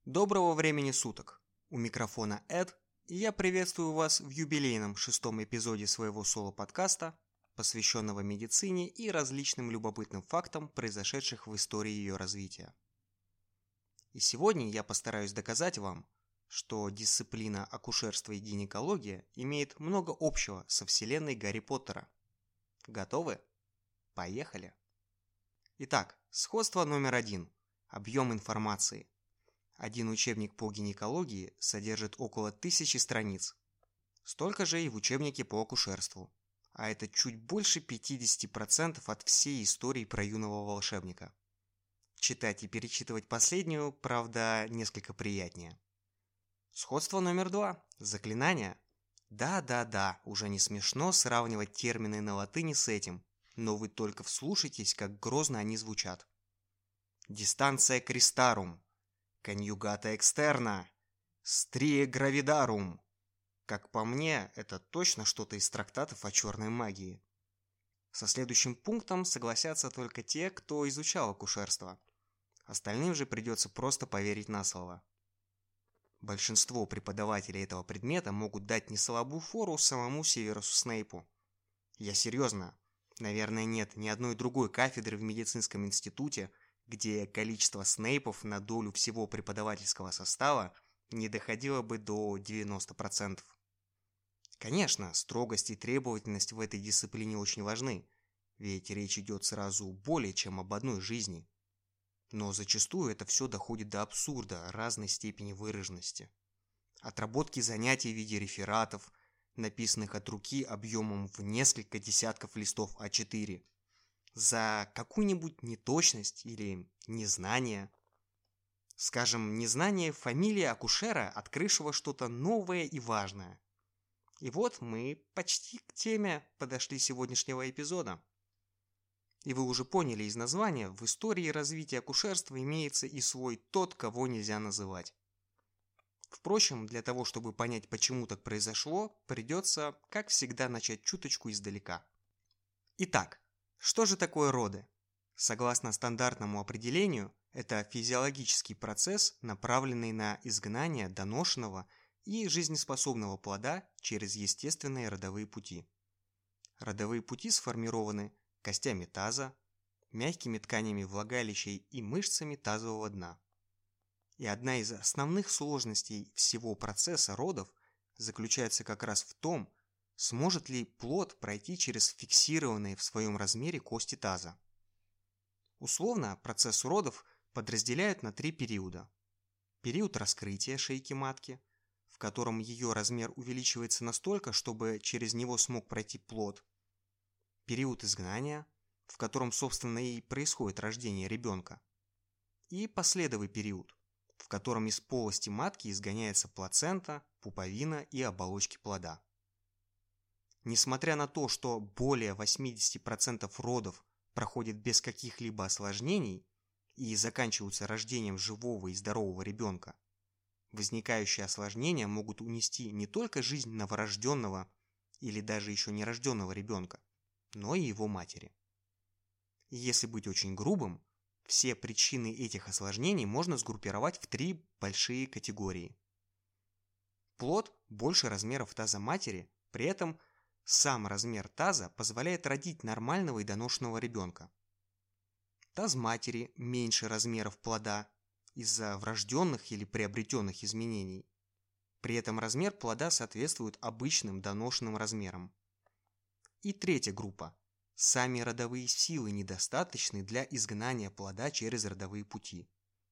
Доброго времени суток! У микрофона Эд, и я приветствую вас в юбилейном 6-м эпизоде своего соло-подкаста, посвященного медицине и различным любопытным фактам, произошедших в истории ее развития. И сегодня я постараюсь доказать вам, что дисциплина акушерства и гинекология имеет много общего со вселенной Гарри Поттера. Готовы? Поехали! Итак, сходство номер 1. Объем информации. Один учебник по гинекологии содержит около 1000 страниц. Столько же и в учебнике по акушерству. А это чуть больше 50% от всей истории про юного волшебника. Читать и перечитывать последнюю, правда, несколько приятнее. Сходство номер 2. Заклинания. Да, уже не смешно сравнивать термины на латыни с этим, но вы только вслушайтесь, как грозно они звучат. Дистанция крестарум. Конъюгата экстерна, стрие гравидарум. Как по мне, это точно что-то из трактатов о черной магии. Со следующим пунктом согласятся только те, кто изучал акушерство. Остальным же придется просто поверить на слово. Большинство преподавателей этого предмета могут дать неслабую фору самому Северусу Снейпу. Я серьезно, наверное, нет ни одной другой кафедры в медицинском институте, где количество Снейпов на долю всего преподавательского состава не доходило бы до 90%. Конечно, строгость и требовательность в этой дисциплине очень важны, ведь речь идет сразу более чем об одной жизни. Но зачастую это все доходит до абсурда разной степени выраженности. Отработки занятий в виде рефератов, написанных от руки объемом в несколько десятков листов А4, за какую-нибудь неточность или незнание. Скажем, незнание фамилии акушера, открывшего что-то новое и важное. И вот мы почти к теме подошли сегодняшнего эпизода. И вы уже поняли из названия, в истории развития акушерства имеется и свой тот, кого нельзя называть. Впрочем, для того, чтобы понять, почему так произошло, придется, как всегда, начать чуточку издалека. Итак, что же такое роды? Согласно стандартному определению, это физиологический процесс, направленный на изгнание доношенного и жизнеспособного плода через естественные родовые пути. Родовые пути сформированы костями таза, мягкими тканями влагалища и мышцами тазового дна. И одна из основных сложностей всего процесса родов заключается как раз в том, сможет ли плод пройти через фиксированные в своем размере кости таза. Условно, процесс родов подразделяют на 3 периода. Период раскрытия шейки матки, в котором ее размер увеличивается настолько, чтобы через него смог пройти плод. Период изгнания, в котором, собственно, и происходит рождение ребенка. И последовый период, в котором из полости матки изгоняется плацента, пуповина и оболочки плода. Несмотря на то, что более 80% родов проходят без каких-либо осложнений и заканчиваются рождением живого и здорового ребенка, возникающие осложнения могут унести не только жизнь новорожденного или даже еще нерожденного ребенка, но и его матери. И если быть очень грубым, все причины этих осложнений можно сгруппировать в 3 большие категории. Плод больше размеров таза матери, при этом сам размер таза позволяет родить нормального и доношенного ребенка. Таз матери меньше размеров плода из-за врожденных или приобретенных изменений. При этом размер плода соответствует обычным доношенным размерам. И третья группа. Сами родовые силы недостаточны для изгнания плода через родовые пути.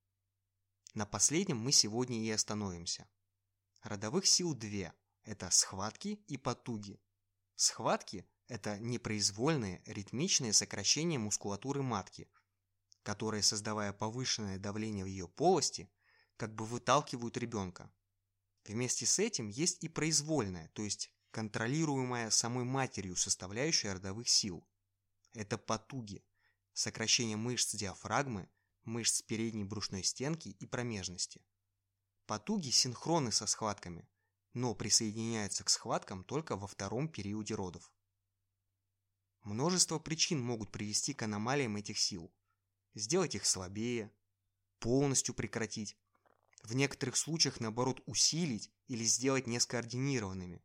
На последнем мы сегодня и остановимся. Родовых сил 2 – это схватки и потуги. Схватки – это непроизвольные ритмичные сокращения мускулатуры матки, которые, создавая повышенное давление в ее полости, как бы выталкивают ребенка. Вместе с этим есть и произвольная, то есть контролируемая самой матерью составляющая родовых сил. Это потуги, сокращение мышц диафрагмы, мышц передней брюшной стенки и промежности. Потуги синхронны со схватками, но присоединяются к схваткам только во 2-м периоде родов. Множество причин могут привести к аномалиям этих сил. Сделать их слабее, полностью прекратить, в некоторых случаях, наоборот, усилить или сделать нескоординированными.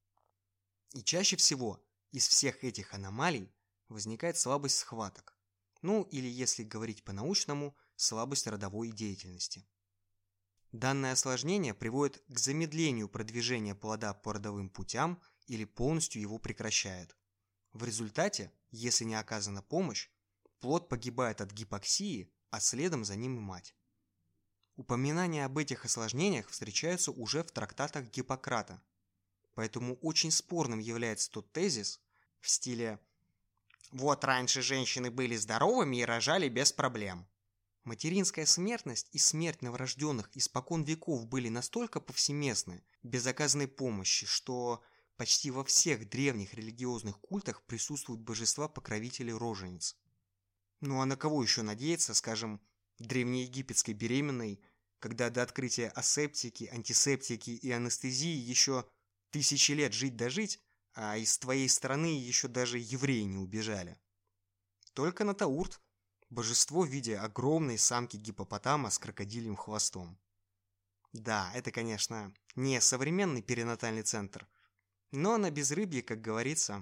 И чаще всего из всех этих аномалий возникает слабость схваток. Ну, или если говорить по-научному, слабость родовой деятельности. Данное осложнение приводит к замедлению продвижения плода по родовым путям или полностью его прекращает. В результате, если не оказана помощь, плод погибает от гипоксии, а следом за ним и мать. Упоминания об этих осложнениях встречаются уже в трактатах Гиппократа, поэтому очень спорным является тот тезис в стиле «Вот раньше женщины были здоровыми и рожали без проблем». Материнская смертность и смерть новорожденных испокон веков были настолько повсеместны, без оказанной помощи, что почти во всех древних религиозных культах присутствуют божества-покровители рожениц. Ну а на кого еще надеяться, скажем, древнеегипетской беременной, когда до открытия асептики, антисептики и анестезии еще тысячи лет жить-дожить, а из твоей страны еще даже евреи не убежали. Только на Таурт, божество в виде огромной самки гиппопотама с крокодильем хвостом. Да, это, конечно, не современный перинатальный центр, но на безрыбье, как говорится.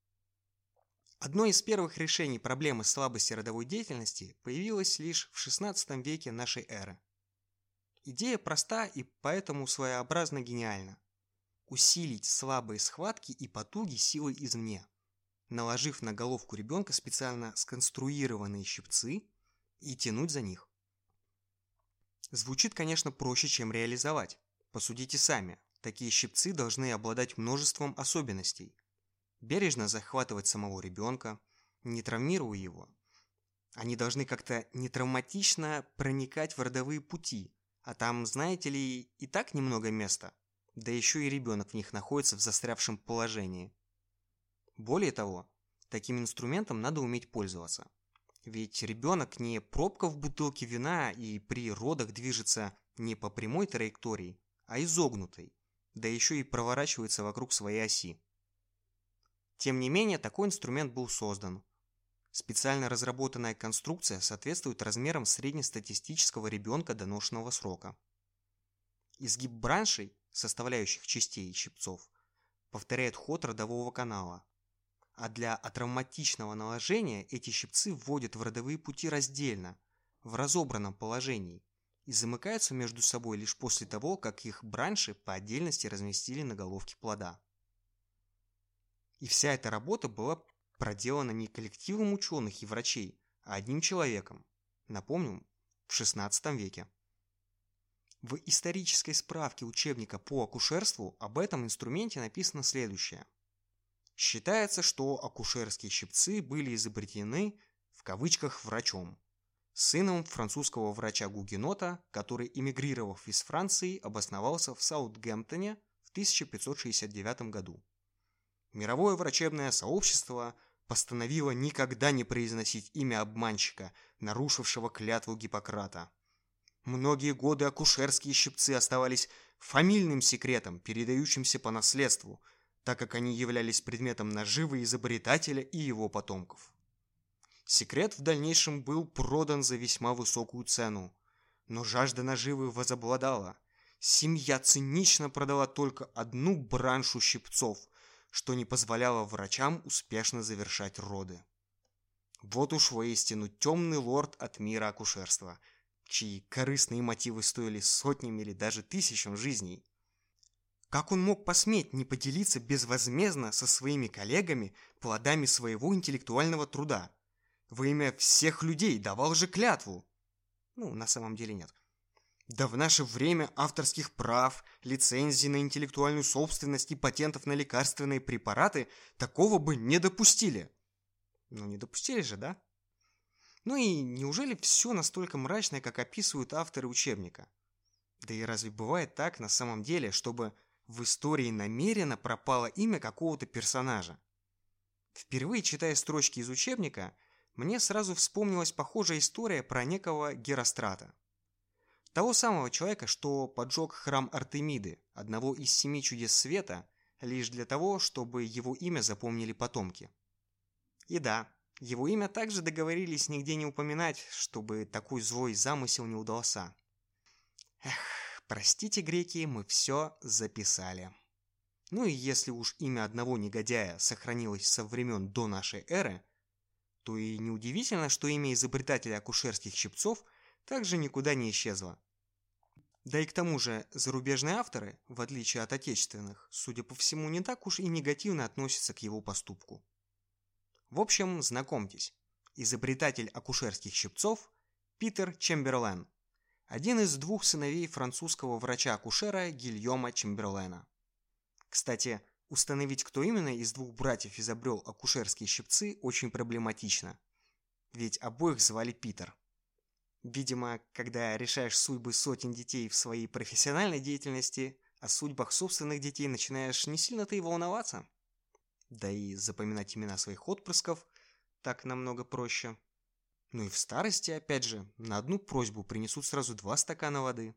Одно из первых решений проблемы слабости родовой деятельности появилось лишь в XVI веке нашей эры. Идея проста и поэтому своеобразно гениальна. Усилить слабые схватки и потуги силой извне, наложив на головку ребенка специально сконструированные щипцы и тянуть за них. Звучит, конечно, проще, чем реализовать. Посудите сами, такие щипцы должны обладать множеством особенностей. Бережно захватывать самого ребенка, не травмируя его. Они должны как-то нетравматично проникать в родовые пути, а там, знаете ли, и так немного места, да еще и ребенок в них находится в застрявшем положении. Более того, таким инструментом надо уметь пользоваться. Ведь ребенок не пробка в бутылке вина и при родах движется не по прямой траектории, а изогнутой, да еще и проворачивается вокруг своей оси. Тем не менее, такой инструмент был создан. Специально разработанная конструкция соответствует размерам среднестатистического ребенка доношенного срока. Изгиб браншей, составляющих частей щипцов, повторяет ход родового канала, а для атравматичного наложения эти щипцы вводят в родовые пути раздельно, в разобранном положении, и замыкаются между собой лишь после того, как их бранши по отдельности разместили на головке плода. И вся эта работа была проделана не коллективом ученых и врачей, а одним человеком, напомним, в XVI веке. В исторической справке учебника по акушерству об этом инструменте написано следующее. Считается, что акушерские щипцы были изобретены в кавычках «врачом», сыном французского врача-гугенота, который, эмигрировав из Франции, обосновался в Саутгемптоне в 1569 году. Мировое врачебное сообщество постановило никогда не произносить имя обманщика, нарушившего клятву Гиппократа. Многие годы акушерские щипцы оставались фамильным секретом, передающимся по наследству, так как они являлись предметом наживы изобретателя и его потомков. Секрет в дальнейшем был продан за весьма высокую цену, но жажда наживы возобладала. Семья цинично продала только одну браншу щипцов, что не позволяло врачам успешно завершать роды. Вот уж воистину темный лорд от мира акушерства, чьи корыстные мотивы стоили сотнями или даже тысячам жизней. Как он мог посметь не поделиться безвозмездно со своими коллегами плодами своего интеллектуального труда? Во имя всех людей давал же клятву. На самом деле нет. Да в наше время авторских прав, лицензий на интеллектуальную собственность и патентов на лекарственные препараты такого бы не допустили. Не допустили же, да? И неужели все настолько мрачное, как описывают авторы учебника? Да и разве бывает так на самом деле, чтобы в истории намеренно пропало имя какого-то персонажа? Впервые читая строчки из учебника, мне сразу вспомнилась похожая история про некого Герострата. Того самого человека, что поджег храм Артемиды, одного из 7 чудес света, лишь для того, чтобы его имя запомнили потомки. И да, его имя также договорились нигде не упоминать, чтобы такой злой замысел не удался. Простите, греки, мы все записали. Ну и если уж имя одного негодяя сохранилось со времен до нашей эры, то и неудивительно, что имя изобретателя акушерских щипцов также никуда не исчезло. Да и к тому же зарубежные авторы, в отличие от отечественных, судя по всему, не так уж и негативно относятся к его поступку. В общем, знакомьтесь, изобретатель акушерских щипцов Питер Чемберлен, один из двух сыновей французского врача-акушера Гильома Чемберлена. Кстати, установить, кто именно из двух братьев изобрел акушерские щипцы, очень проблематично, ведь обоих звали Питер. Видимо, когда решаешь судьбы сотен детей в своей профессиональной деятельности, о судьбах собственных детей начинаешь не сильно-то и волноваться. Да и запоминать имена своих отпрысков так намного проще. Ну и в старости, опять же, на одну просьбу принесут сразу 2 стакана воды.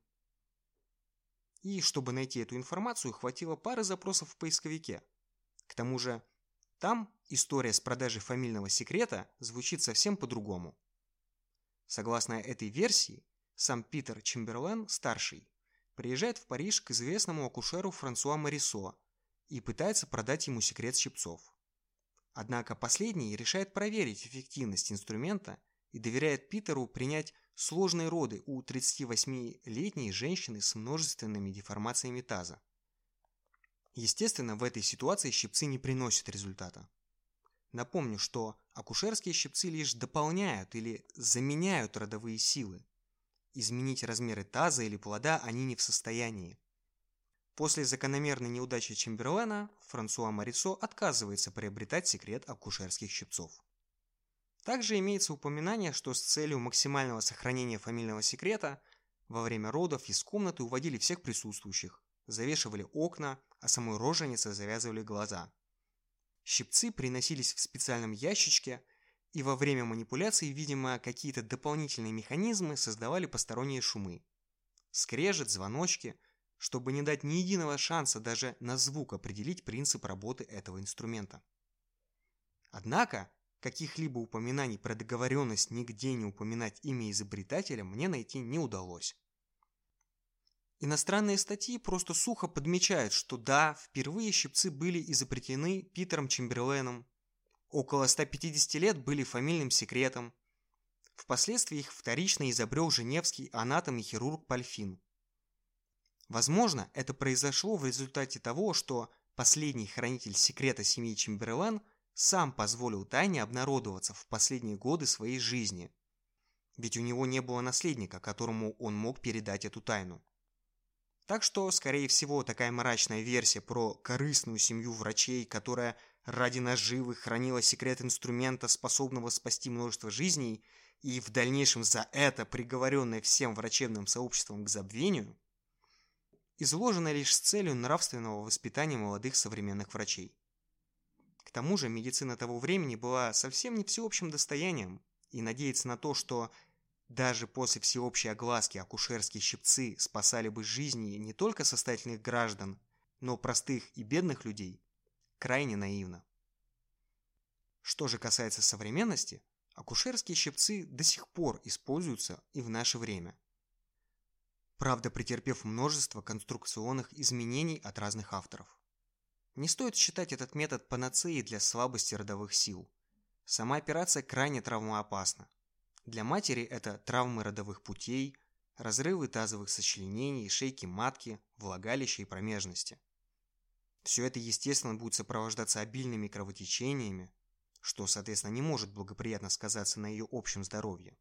И чтобы найти эту информацию, хватило пары запросов в поисковике. К тому же, там история с продажей фамильного секрета звучит совсем по-другому. Согласно этой версии, сам Питер Чемберлен-старший приезжает в Париж к известному акушеру Франсуа Морисо и пытается продать ему секрет щипцов. Однако последний решает проверить эффективность инструмента и доверяет Питеру принять сложные роды у 38-летней женщины с множественными деформациями таза. Естественно, в этой ситуации щипцы не приносят результата. Напомню, что акушерские щипцы лишь дополняют или заменяют родовые силы. Изменить размеры таза или плода они не в состоянии. После закономерной неудачи Чемберлена Франсуа Морисо отказывается приобретать секрет акушерских щипцов. Также имеется упоминание, что с целью максимального сохранения фамильного секрета во время родов из комнаты уводили всех присутствующих, завешивали окна, а самой роженице завязывали глаза. Щипцы приносились в специальном ящичке, и во время манипуляций, видимо, какие-то дополнительные механизмы создавали посторонние шумы. Скрежет, звоночки, чтобы не дать ни единого шанса даже на звук определить принцип работы этого инструмента. Однако, каких-либо упоминаний про договоренность нигде не упоминать имя изобретателя мне найти не удалось. Иностранные статьи просто сухо подмечают, что да, впервые щипцы были изобретены Питером Чемберленом, около 150 лет были фамильным секретом, впоследствии их вторично изобрел женевский анатом и хирург Пальфин. Возможно, это произошло в результате того, что последний хранитель секрета семьи Чемберлен сам позволил тайне обнародоваться в последние годы своей жизни, ведь у него не было наследника, которому он мог передать эту тайну. Так что, скорее всего, такая мрачная версия про корыстную семью врачей, которая ради наживы хранила секрет инструмента, способного спасти множество жизней, и в дальнейшем за это приговоренная всем врачебным сообществом к забвению, изложена лишь с целью нравственного воспитания молодых современных врачей. К тому же медицина того времени была совсем не всеобщим достоянием, и надеяться на то, что даже после всеобщей огласки акушерские щипцы спасали бы жизни не только состоятельных граждан, но простых и бедных людей, крайне наивно. Что же касается современности, акушерские щипцы до сих пор используются и в наше время. Правда, претерпев множество конструкционных изменений от разных авторов. Не стоит считать этот метод панацеей для слабости родовых сил. Сама операция крайне травмоопасна. Для матери это травмы родовых путей, разрывы тазовых сочленений, шейки матки, влагалища и промежности. Все это, естественно, будет сопровождаться обильными кровотечениями, что, соответственно, не может благоприятно сказаться на ее общем здоровье.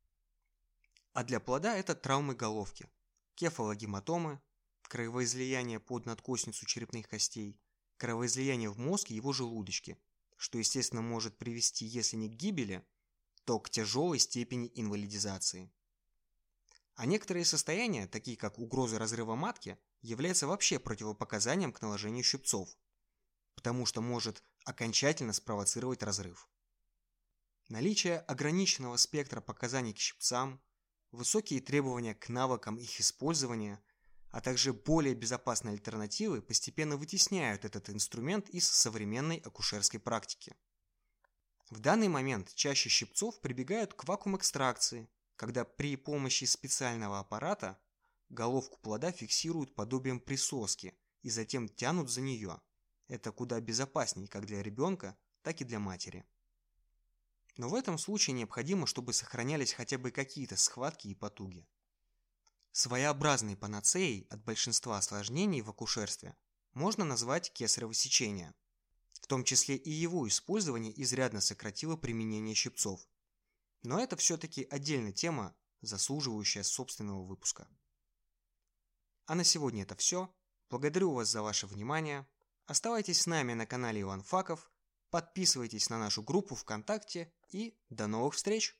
А для плода это травмы головки, кефалогематомы, кровоизлияние под надкостницу черепных костей, кровоизлияние в мозг и его желудочке, что, естественно, может привести, если не к гибели, то к тяжелой степени инвалидизации. А некоторые состояния, такие как угроза разрыва матки, являются вообще противопоказанием к наложению щипцов, потому что может окончательно спровоцировать разрыв. Наличие ограниченного спектра показаний к щипцам, высокие требования к навыкам их использования, а также более безопасные альтернативы постепенно вытесняют этот инструмент из современной акушерской практики. В данный момент чаще щипцов прибегают к вакуум-экстракции, когда при помощи специального аппарата головку плода фиксируют подобием присоски и затем тянут за нее. Это куда безопаснее как для ребенка, так и для матери. Но в этом случае необходимо, чтобы сохранялись хотя бы какие-то схватки и потуги. Своеобразной панацеей от большинства осложнений в акушерстве можно назвать кесарево сечение. В том числе и его использование изрядно сократило применение щипцов. Но это все-таки отдельная тема, заслуживающая собственного выпуска. А на сегодня это все. Благодарю вас за ваше внимание. Оставайтесь с нами на канале Иван Факов, подписывайтесь на нашу группу ВКонтакте и до новых встреч!